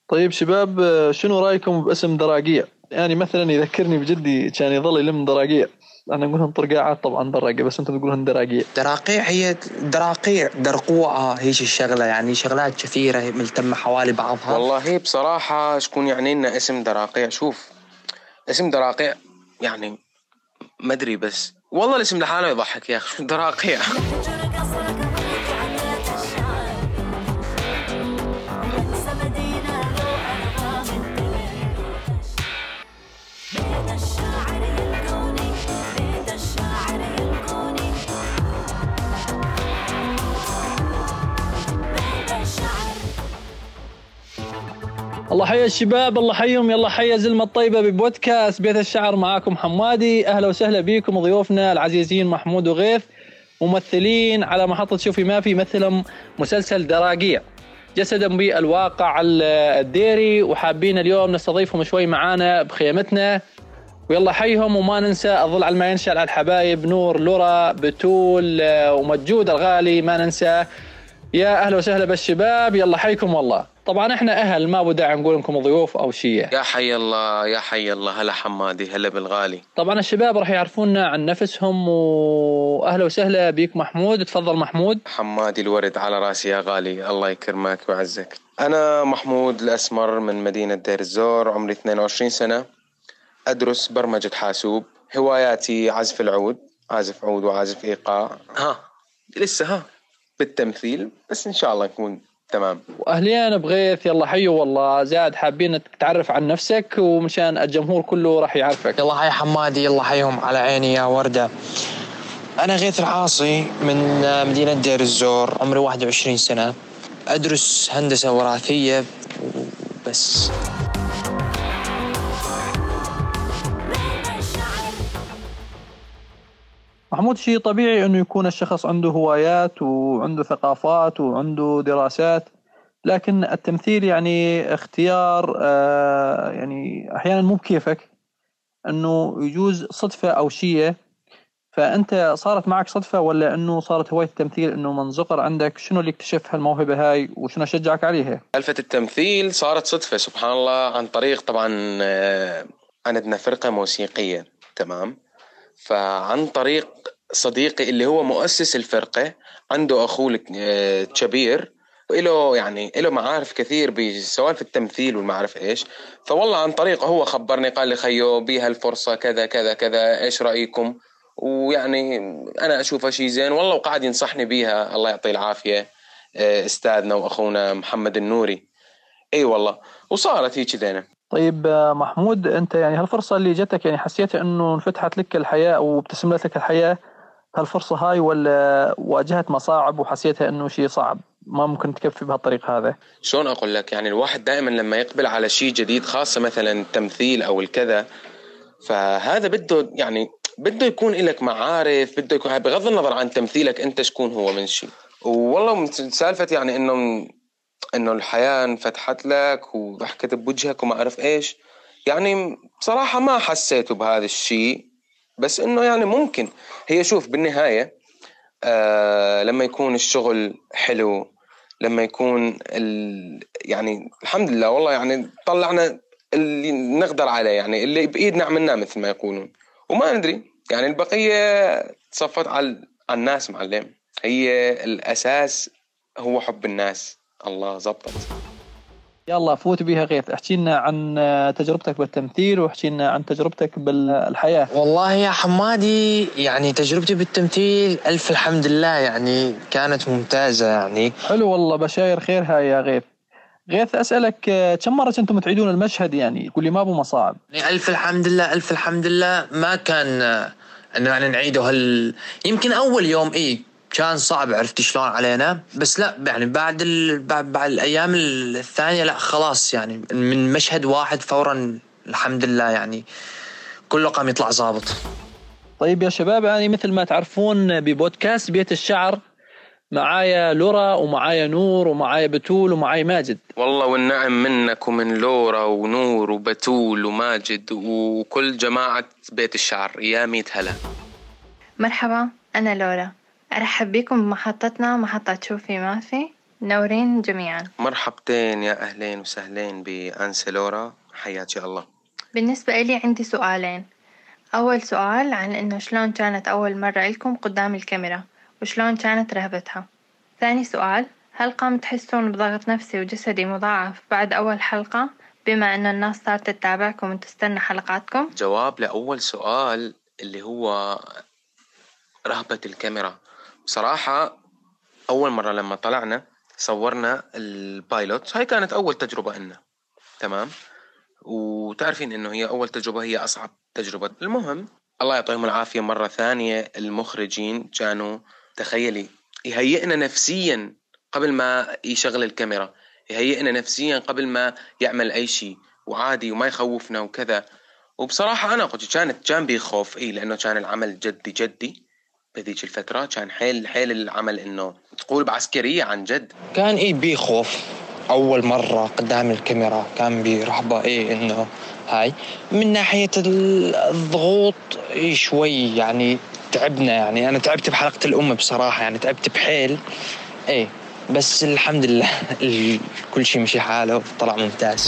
طيب شباب، شنو رايكم باسم دراقيع؟ يعني مثلا يذكرني بجدي، كان يظل يلم دراقيع. احنا نقولهم طرقاعات طبعا دراقيع، بس انتم تقولون دراقيع. دراقيع هي دراقيع درقوعة، هيش الشغلة يعني شغلات كثيرة ملتمة حوالي بعضها. والله بصراحة شكون يعني لنا اسم دراقيع؟ شوف، اسم دراقيع يعني ما ادري، بس والله الاسم لحاله يضحك يا اخي. شو دراقيع؟ الله حيا الشباب، الله حيهم، يلا حيا زلمة الطيبة ببودكاست بيت الشعر. معاكم حمادي، أهلا وسهلا بكم ضيوفنا العزيزين محمود وغيث، ممثلين على محطة شوفي ما في مثلهم مسلسل دراقيع جسدا بالواقع الديري، وحابين اليوم نستضيفهم شوي معانا بخيمتنا، ويلا حيهم. وما ننسى الظل على ما ينشأ على الحبايب نور، لورا، بتول، ومجود الغالي ما ننسى. يا أهلا وسهلا بالشباب، يلا حيكم. والله طبعا احنا اهل، ما بدع نقول لكم ضيوف او شيء. يا حي الله يا حي الله، هلا حمادي، هلا بالغالي. طبعا الشباب راح يعرفونا عن نفسهم، واهلا وسهلا بيك محمود. تفضل محمود. حمادي الورد على راسي يا غالي، الله يكرمك ويعزك. انا محمود الاسمر من مدينة دير الزور، عمري 22 سنة، ادرس برمجة حاسوب. هواياتي عزف العود، عازف عود وعازف ايقاع، لسه بالتمثيل، بس ان شاء الله نكون تمام. واهلين بغيث، يلا حيو. والله زاد حابين تعرف عن نفسك، ومشان الجمهور كله راح يعرفك. يلا حي حمادي، يلا حيهم على عيني يا وردة. أنا غيث العاصي من مدينة دير الزور، عمري 21 سنة، أدرس هندسة وراثية وبس. محمود، شيء طبيعي انه يكون الشخص عنده هوايات وعنده ثقافات وعنده دراسات، لكن التمثيل يعني اختيار يعني احيانا مو بكيفك، انه يجوز صدفة او شيء. فانت صارت معك صدفة، ولا انه صارت هواية التمثيل انه من صغر عندك؟ شنو اللي اكتشف هالموهبة هاي، وشنو شجعك عليها؟ سالفة التمثيل صارت صدفة سبحان الله، عن طريق طبعا عندنا فرقة موسيقية، تمام. فعن طريق صديقي اللي هو مؤسس الفرقة، عنده أخوه كبير، وإله يعني إله معارف كثير بسوالف التمثيل والمعرف إيش. فوالله عن طريقه هو خبرني، قال لي خيو بيها الفرصة كذا كذا كذا، إيش رأيكم؟ ويعني أنا أشوفها شيء زين والله، وقاعد ينصحني بيها، الله يعطيه العافية، أستاذنا وأخونا محمد النوري. أي والله، وصارت هيك ذينا. طيب محمود، انت يعني هالفرصة اللي جتك، يعني حسيت انه انفتحت لك الحياة وابتسمت لك الحياة هالفرصة هاي، ولا واجهت مصاعب وحسيتها انه شيء صعب ما ممكن تكفي بهالطريق هذا؟ شلون اقول لك، يعني الواحد دائما لما يقبل على شيء جديد، خاصة مثلا التمثيل او الكذا، فهذا بده يعني بده يكون لك معارف، بده يكون بغض النظر عن تمثيلك انت شكون هو من شيء. والله سالفة يعني انه الحياة انفتحت لك وضحكت بوجهك وما اعرف ايش، يعني بصراحة ما حسيته بهذا الشيء، بس انه يعني ممكن. هي شوف بالنهاية، لما يكون الشغل حلو، لما يكون يعني الحمد لله والله، يعني طلعنا اللي نقدر عليه، يعني اللي بإيدنا عملناه مثل ما يقولون، وما ندري يعني البقية تصفت على الناس معلم. هي الأساس هو حب الناس، الله زبطت. يلا فوت بيها غيث، احكي لنا عن تجربتك بالتمثيل، واحكي لنا عن تجربتك بالحياة. والله يا حمادي، يعني تجربتي بالتمثيل ألف الحمد لله، يعني كانت ممتازة يعني. حلو والله، بشاير خير هاي يا غيث. غيث أسألك، كم مرة كنتم تعيدون المشهد؟ يعني تقول لي ما أبو مصاعب. يعني ألف الحمد لله، ألف الحمد لله، ما كان إنه يعني نعيده يمكن أول يوم كان صعب، عرفت شلون علينا، بس لا يعني بعد الأيام الثانية لا خلاص، يعني من مشهد واحد فورا الحمد لله يعني كله قام يطلع ظابط. طيب يا شباب، يعني مثل ما تعرفون ببودكاست بيت الشعر معايا لورا، ومعايا نور، ومعايا بتول، ومعايا ماجد. والله والنعم منك ومن لورا ونور وبتول وماجد وكل جماعة بيت الشعر، يا ميت هلا. مرحبا، أنا لورا، أرحب بكم بمحطتنا، محطة شوفي ما في. منورين جميعا. مرحبتين، يا أهلين وسهلين بأنسلورا، حياك الله. بالنسبة لي عندي سؤالين. أول سؤال عن إنه شلون كانت أول مرة لكم قدام الكاميرا وشلون كانت رهبتها. ثاني سؤال، هل قام تحسون بضغط نفسي وجسدي مضاعف بعد أول حلقة بما إن الناس صارت تتابعكم وتستنى حلقاتكم؟ جواب لأول سؤال اللي هو رهبة الكاميرا. بصراحة أول مرة لما طلعنا صورنا البايلوت، هاي كانت أول تجربة لنا، تمام، وتعرفين إنه هي أول تجربة هي أصعب تجربة. المهم الله يعطيهم العافية، مرة ثانية المخرجين كانوا تخيلي يهيئنا نفسيا قبل ما يشغل الكاميرا، يهيئنا نفسيا قبل ما يعمل أي شيء، وعادي وما يخوفنا وكذا. وبصراحة أنا قلت كان بي خوف، لأنه كان العمل جدي بذيك الفترة، كان حيل العمل إنه تقول بعسكرية عن جد. كان بي خوف أول مرة قدام الكاميرا، كان بي رهبة إنه هاي من ناحية الضغوط شوي، يعني تعبنا، يعني أنا تعبت بحلقة الأم بصراحة، يعني تعبت بحيل بس الحمد لله كل شيء مشي حاله وطلع ممتاز.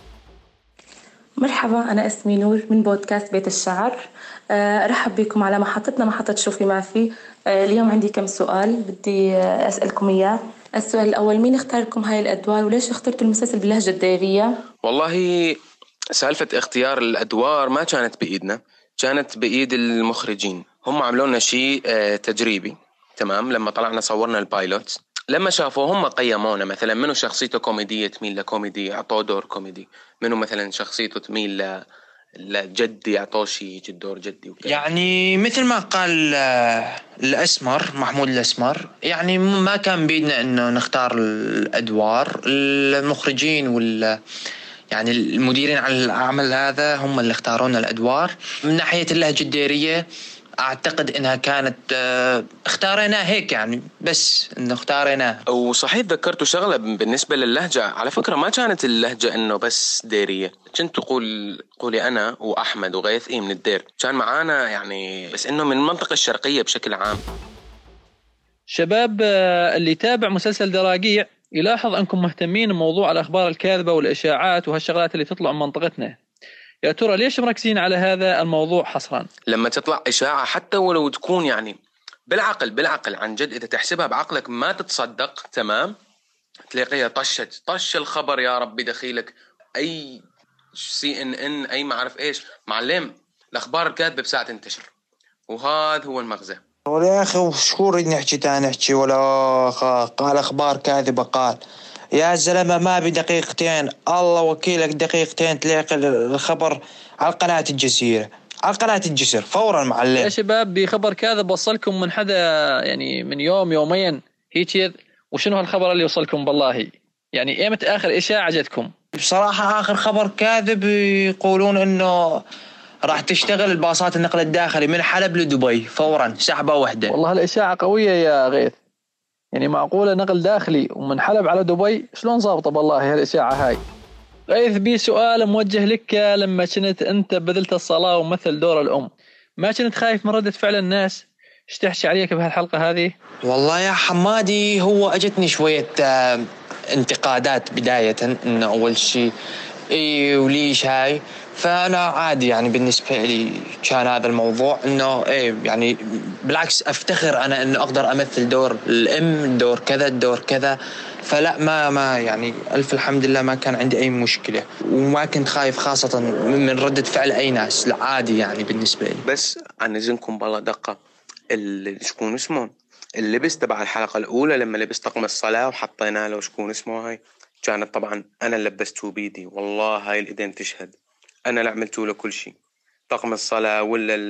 مرحبا، أنا اسمي نور من بودكاست بيت الشعر. أرحب بكم على محطتنا، محطة شوفي ما في. اليوم عندي كم سؤال بدي أسألكم إياه. السؤال الأول، مين اختار لكم هاي الأدوار وليش اخترتوا المسلسل باللهجة الدائرية؟ والله سالفة اختيار الأدوار ما كانت بإيدنا، كانت بإيد المخرجين. هم عملوا لنا شيء تجريبي، تمام. لما طلعنا صورنا البايلوت، لما شافوا هم قيمونا، مثلا منو شخصيته كوميدية تميل لكوميدي اعطوه دور كوميدي، منو مثلا شخصيته تميل لجدي اعطوه شيء دور جدي وكذا. يعني مثل ما قال الأسمر محمود الأسمر، يعني ما كان بيدنا إنه نختار الأدوار، المخرجين يعني المديرين على العمل هذا هم اللي اختارونا الأدوار. من ناحية اللهجة الديرية أعتقد إنها كانت اختارنا هيك، يعني بس إنه اختارنا. وصحيح ذكرتوا شغلة بالنسبة للهجة، على فكرة ما كانت اللهجة إنه بس ديرية، كنت قولي أنا وأحمد وغيث من الدير، كان معانا يعني، بس إنه من المنطقة الشرقية بشكل عام. شباب، اللي يتابع مسلسل دراقيع يلاحظ أنكم مهتمين بموضوع الأخبار الكاذبة والإشاعات وهالشغلات اللي تطلع من منطقتنا. يا ترى ليش مركزين على هذا الموضوع حصرا؟ لما تطلع إشاعة حتى ولو تكون يعني بالعقل عن جد، إذا تحسبها بعقلك ما تتصدق، تمام، تلاقيها طش الخبر، يا ربي دخيلك أي CNN أي ما عارف إيش، معلم الأخبار الكاذبة بساعة تنتشر، وهذا هو المغزى. ولا يا أخي وشو نريد نحكي ولا قال أخبار كاذبة، قال يا زلمة ما بدقيقتين الله وكيلك دقيقتين تلاقي الخبر على قناة الجزيرة، على قناة الجسر فورا معلم. يا شباب بخبر كاذب وصلكم من حدا يعني من يومين هيك، وشنو هالخبر اللي وصلكم بالله؟ يعني ايمت آخر إشاعة جتكم؟ بصراحة آخر خبر كاذب يقولون إنه راح تشتغل الباصات النقل الداخلي من حلب لدبي فورا سحبة واحدة. والله الإشاعة قوية يا غيث، يعني معقولة نقل داخلي ومن حلب على دبي؟ شلون ضابطة بالله هالإشاعة هاي؟ غيث بي سؤال موجه لك، لما كنت أنت بذلت الصلاة ومثل دور الأم، ما كنت خايف من ردة فعل الناس؟ ايش تحكي عليك بهالحلقة هذه؟ والله يا حمادي هو أجتني شوية انتقادات بداية، إنه أول شيء وليش هاي، فأنا عادي يعني بالنسبة لي كان هذا الموضوع إنه يعني بالعكس أفتخر أنا إنه أقدر أمثل دور الأم، دور كذا دور كذا، فلا ما يعني ألف الحمد لله ما كان عندي أي مشكلة، وما كنت خايف خاصة من ردة فعل أي ناس، لا عادي يعني بالنسبة لي. بس عن إذنكم بالله دقة، اللي شكون اسمه اللبس تبع الحلقة الأولى، لما لبس طقم الصلاة وحطينا له شكون اسمه، هاي كانت طبعا أنا لبسته بيدي، والله هاي الإيدين تشهد، أنا اللي عملته له كل شيء، طقم الصلاة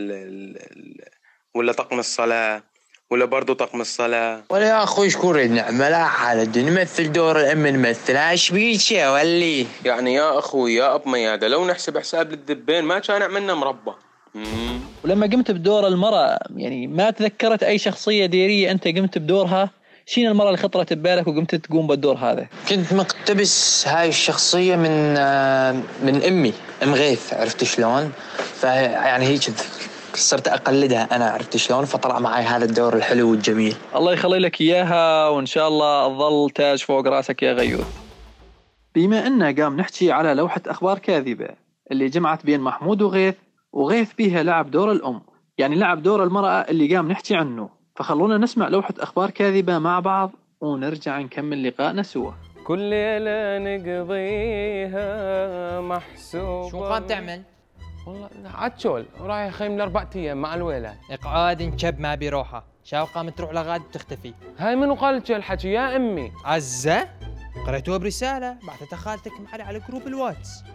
ولا طقم الصلاة ولا برضو طقم الصلاة. ولا يا أخوي شكون ريد نعمل حالة نمثل دور الأم، نمثل هاش بيتشي ولي يعني يا أخوي يا أب ميادة، لو نحسب حساب للذبين ما كان عملنا مربى. ولما قمت بدور المرأة يعني ما تذكرت أي شخصية ديرية أنت قمت بدورها؟ شين المرأة اللي خطرت ببالك وقمت تقوم بالدور هذا؟ كنت مقتبس هاي الشخصية من أمي، أم غيث، عرفت شلون؟ فيعني هيك صرت أقلدها أنا، عرفت شلون؟ فطلع معي هذا الدور الحلو والجميل. الله يخلي لك إياها، وإن شاء الله تظل تاج فوق راسك يا غيوث. بما أننا قام نحكي على لوحة أخبار كاذبة اللي جمعت بين محمود وغيث بيها لعب دور الأم، يعني لعب دور المرأة اللي قام نحكي عنه، فخلونا نسمع لوحة أخبار كاذبة مع بعض ونرجع نكمل لقائنا سوا. كل ليلة نقضيها محسوبة. شو قام تعمل؟ والله عتشول ورايح خيم ل4 أيام مع الويلات. اقعاد نشب ما بيروحها، شاو قام تروح لغاد وتختفي. هاي منو قالت الحكي يا أمي؟ عزة؟ قريتوها برسالة بعثتها خالتك على جروب الواتس.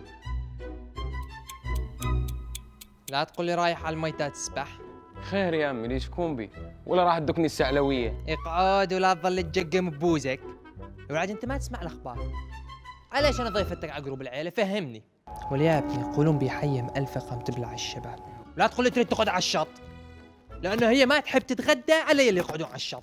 لا تقول لي رايح على الميتات تسبح. خير يا أمي، ليش كون بي؟ ولا راح تدكني السعلوية؟ اقعد ولا تظل تجقم ببوزك. وبعد انت ما تسمع الاخبار. عليش انا ضيفتك على جروب العيله؟ فهمني. واليا ابني يقولون بحي ألفة قام تبلع الشباب. لا تقول لي تريد تقعد على الشط، لانه هي ما تحب تتغدى علي اللي يقعدون على الشط.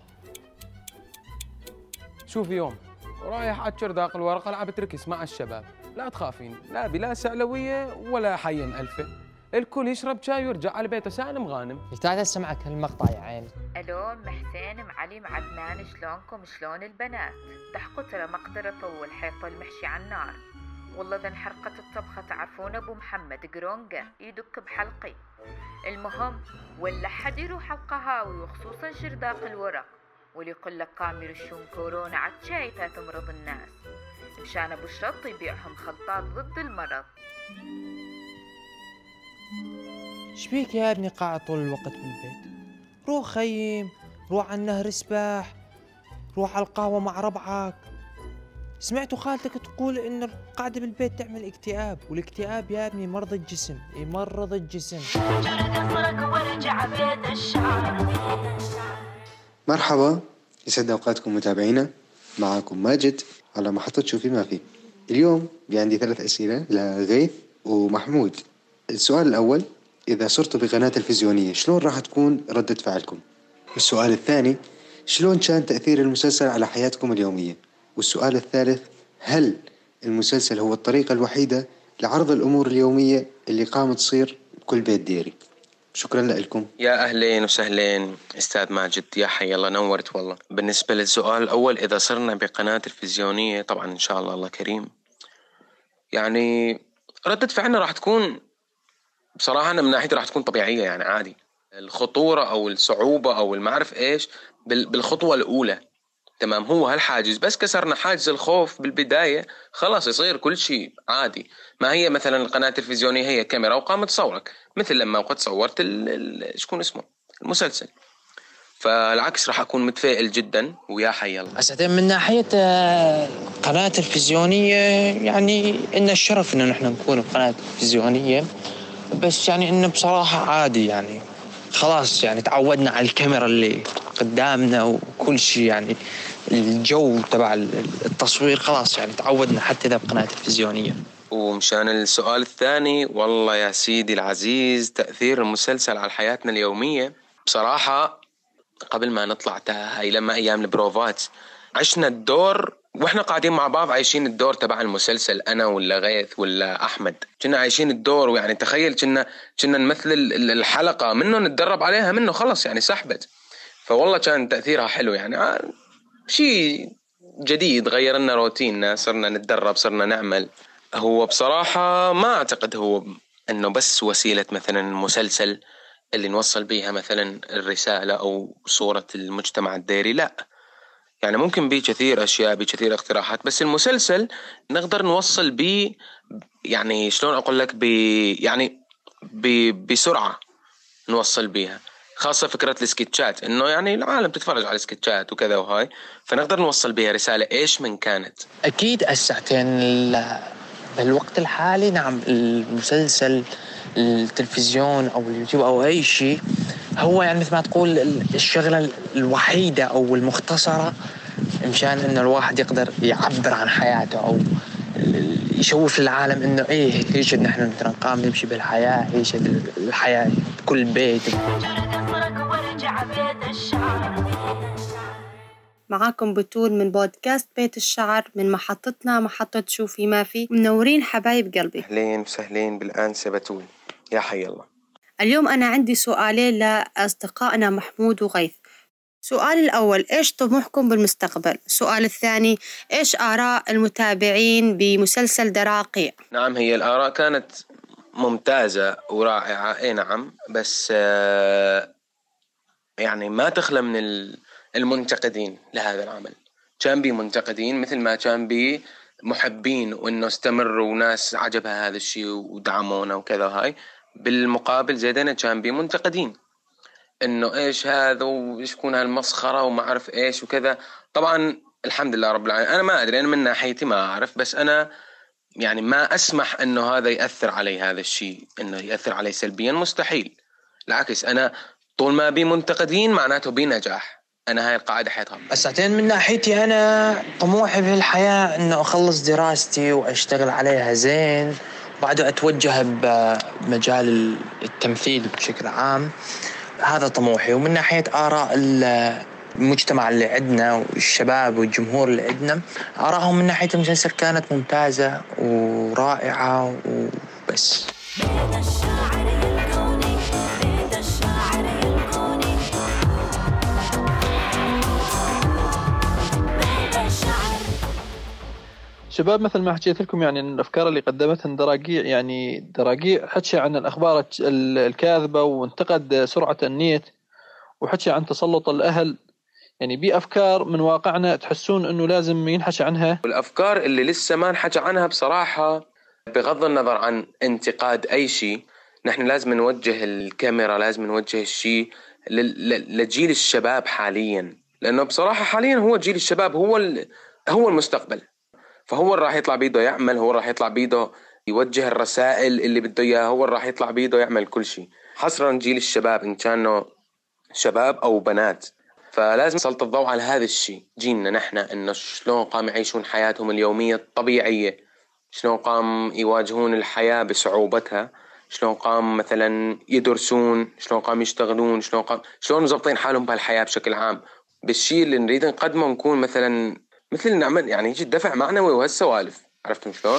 شوف يوم ورايح عتشر داخل ورقة لعبة ركس مع الشباب، لا تخافين، لا بلا سعلوية ولا حي ألفة، الكل يشرب شاي ويرجع على بيته سالم غانم. تعال اسمعك هالمقطع يا عيني. الو ام حسين، ام علي، ام عدنان، شلونكم؟ شلون البنات؟ ضحكوا ترى ما اقدر اطول حيط المحشي على النار. والله ذا انحرقت الطبخه، تعرفون ابو محمد قرونقه يدك بحلقي. المهم ولا حد يروح القهاوي وخصوصا شرداق الورق واللي يقول لك قام يرشون كورونا عالشايفه تمرض الناس، مشان ابو الشط يبيعهم خلطات ضد المرض. شبيك يا ابني قاعد طول الوقت بالبيت؟ روح خيم، روح على النهر اسبح، روح على القهوة مع ربعك. سمعتوا خالتك تقول ان القعدة بالبيت تعمل اكتئاب، والاكتئاب يا ابني مرض الجسم، يمرض الجسم. مرحبا، يسعد اوقاتكم متابعينا، معكم ماجد على محطة شوفي ما في. اليوم عندي 3 أسئلة لغيث ومحمود. السؤال الأول، إذا صرتوا بقناة تلفزيونية شلون راح تكون ردة فعلكم؟ والسؤال الثاني، شلون كان تأثير المسلسل على حياتكم اليومية؟ والسؤال الثالث، هل المسلسل هو الطريقة الوحيدة لعرض الأمور اليومية اللي قامت تصير بكل بيت ديري؟ شكرا لكم. يا أهلين وسهلين أستاذ ماجد، يا حي الله، نورت والله. بالنسبة للسؤال الأول، إذا صرنا بقناة تلفزيونية، طبعا إن شاء الله كريم، يعني ردة فعلنا راح تكون بصراحة أنا من ناحيتي راح تكون طبيعية، يعني عادي. الخطورة أو الصعوبة أو المعرف إيش بالخطوة الأولى، تمام، هو هالحاجز، بس كسرنا حاجز الخوف بالبداية خلاص يصير كل شيء عادي. ما هي مثلا القناة التلفزيونية هي كاميرا وقامت تصورك، مثل لما وقت صورت شكون اسمه المسلسل. فالعكس راح أكون متفائل جدا ويا حي الله. أسعد من ناحية قناة تلفزيونية، يعني إن الشرف إنه نحن نكون بقناة تلفزيونية، بس يعني إنه بصراحة عادي، يعني خلاص يعني تعودنا على الكاميرا اللي قدامنا وكل شيء، يعني الجو تبع التصوير خلاص يعني تعودنا حتى إذا بقناة تلفزيونية. ومشان السؤال الثاني، والله يا سيدي العزيز، تأثير المسلسل على حياتنا اليومية بصراحة قبل ما نطلع هاي لما أيام البروفات عشنا الدور واحنا قاعدين مع بعض عايشين الدور تبع المسلسل، انا ولا غيث ولا احمد، كنا عايشين الدور، ويعني تخيل كنا نمثل الحلقة منه، نتدرب عليها منه، خلص يعني سحبت. فوالله كان تأثيرها حلو، يعني شيء جديد، غير لنا روتيننا، صرنا نتدرب، صرنا نعمل. هو بصراحة ما اعتقد هو انه بس وسيلة مثلا المسلسل اللي نوصل بيها مثلا الرسالة او صورة المجتمع الديري، لا، يعني ممكن بيه كثير أشياء، بيه كثير اقتراحات، بس المسلسل نقدر نوصل بيه، يعني شلون أقول لك، يعني بسرعة نوصل بيها، خاصة فكرة السكتشات، إنه يعني العالم تتفرج على السكتشات وكذا وهاي، فنقدر نوصل بيها رسالة إيش من كانت. أكيد الساعتين بالوقت الحالي، نعم، المسلسل، التلفزيون أو اليوتيوب أو أي شيء هو يعني مثل ما تقول الشغلة الوحيدة أو المختصرة مشان إنه الواحد يقدر يعبر عن حياته أو يشوف للعالم إنه إيه هيش نحن نقام نمشي بالحياة، هيش الحياة بكل بيت. معاكم بتول من بودكاست بيت الشعر من محطتنا محطة شوفي ما في. منورين حبايب قلبي. أهلين وسهلين بالأنسة بتول، يا حي الله. اليوم أنا عندي سؤالين لأصدقائنا محمود وغيث. السؤال الأول، إيش طموحكم بالمستقبل؟ السؤال الثاني، إيش آراء المتابعين بمسلسل دراقيع؟ نعم، هي الآراء كانت ممتازة ورائعة، اي نعم، بس يعني ما تخلى من المنتقدين لهذا العمل. كان بي منتقدين مثل ما كان بي محبين وانه استمروا وناس عجبها هذا الشيء ودعمونا وكذا. هاي بالمقابل زيدنا كان بي منتقدين انه ايش هذا وايش يكون هالمسخرة وما اعرف ايش وكذا. طبعا الحمد لله رب العالمين، انا ما ادري، انا من ناحيتي ما اعرف، بس انا يعني ما أسمح أنه هذا يأثر علي، هذا الشيء أنه يأثر علي سلبيا، مستحيل. العكس، أنا طول ما بي منتقدين معناته بي نجاح. أنا هاي القاعدة حياتها. ساعتين من ناحيتي أنا طموحي في الحياة أنه أخلص دراستي وأشتغل عليها زين، وبعده أتوجه بمجال التمثيل بشكل عام. هذا طموحي. ومن ناحية آراء المجتمع اللي عندنا والشباب والجمهور اللي عندنا، آرائهم من ناحية المسلسل كانت ممتازة ورائعة وبس. شباب، مثل ما حكيت لكم يعني الأفكار اللي قدمتها دراقيع، يعني دراقيع حكي عن الأخبار الكاذبة وانتقد سرعة النيت وحكي عن تسلط الأهل، يعني بأفكار من واقعنا تحسون أنه لازم ينحكى عنها. والأفكار اللي لسه ما نحكى عنها بصراحة، بغض النظر عن انتقاد أي شيء، نحن لازم نوجه الكاميرا، لازم نوجه الشيء لجيل الشباب حاليا، لأنه بصراحة حاليا هو جيل الشباب هو المستقبل. فهو اللي راح يطلع بيده يعمل، هو راح يطلع بيده يوجه الرسائل اللي بده إياها، هو راح يطلع بيده يعمل كل شيء، حصرا جيل الشباب إن كانوا شباب أو بنات. فلازم نسلط الضوء على هذا الشيء، جيلنا نحن، إنه شلون قام يعيشون حياتهم اليومية الطبيعية، شلون قام يواجهون الحياة بصعوبتها، شلون قام مثلا يدرسون، شلون قام يشتغلون، شلون مزبطين حالهم بهالحياة بشكل عام. بالشيء اللي نريد نقدمه نكون مثلا مثل نعمل يعني يجي دفع معنوي وهالسوالف، عرفتم شلون؟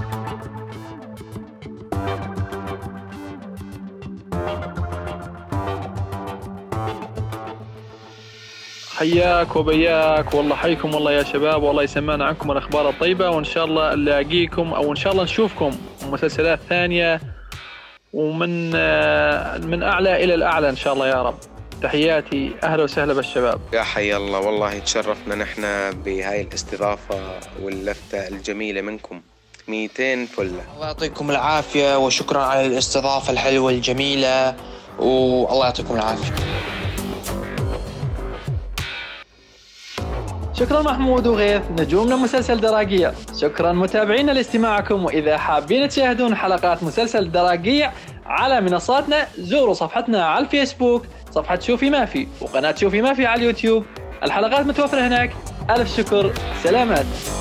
حياك وبياك، والله حيكم والله يا شباب، والله يسمعنا عنكم الأخبار الطيبة، وإن شاء الله نلاقيكم أو إن شاء الله نشوفكم مسلسلات ثانية ومن أعلى إلى الأعلى إن شاء الله يا رب. تحياتي، أهلا وسهلا بالشباب. يا حي الله، والله تشرفنا نحن بهاي الاستضافة واللفتة الجميلة منكم. 200 فلة. الله يعطيكم العافية، وشكرا على الاستضافة الحلوة الجميلة، والله يعطيكم العافية. شكرا محمود وغيث، نجومنا مسلسل دراقيع. شكرا متابعينا لاستماعكم، وإذا حابين تشاهدون حلقات مسلسل دراقيع على منصاتنا، زوروا صفحتنا على الفيسبوك، صفحة شوفي ما في، وقناة شوفي ما في على اليوتيوب. الحلقات متوفرة هناك. ألف شكر، سلامات.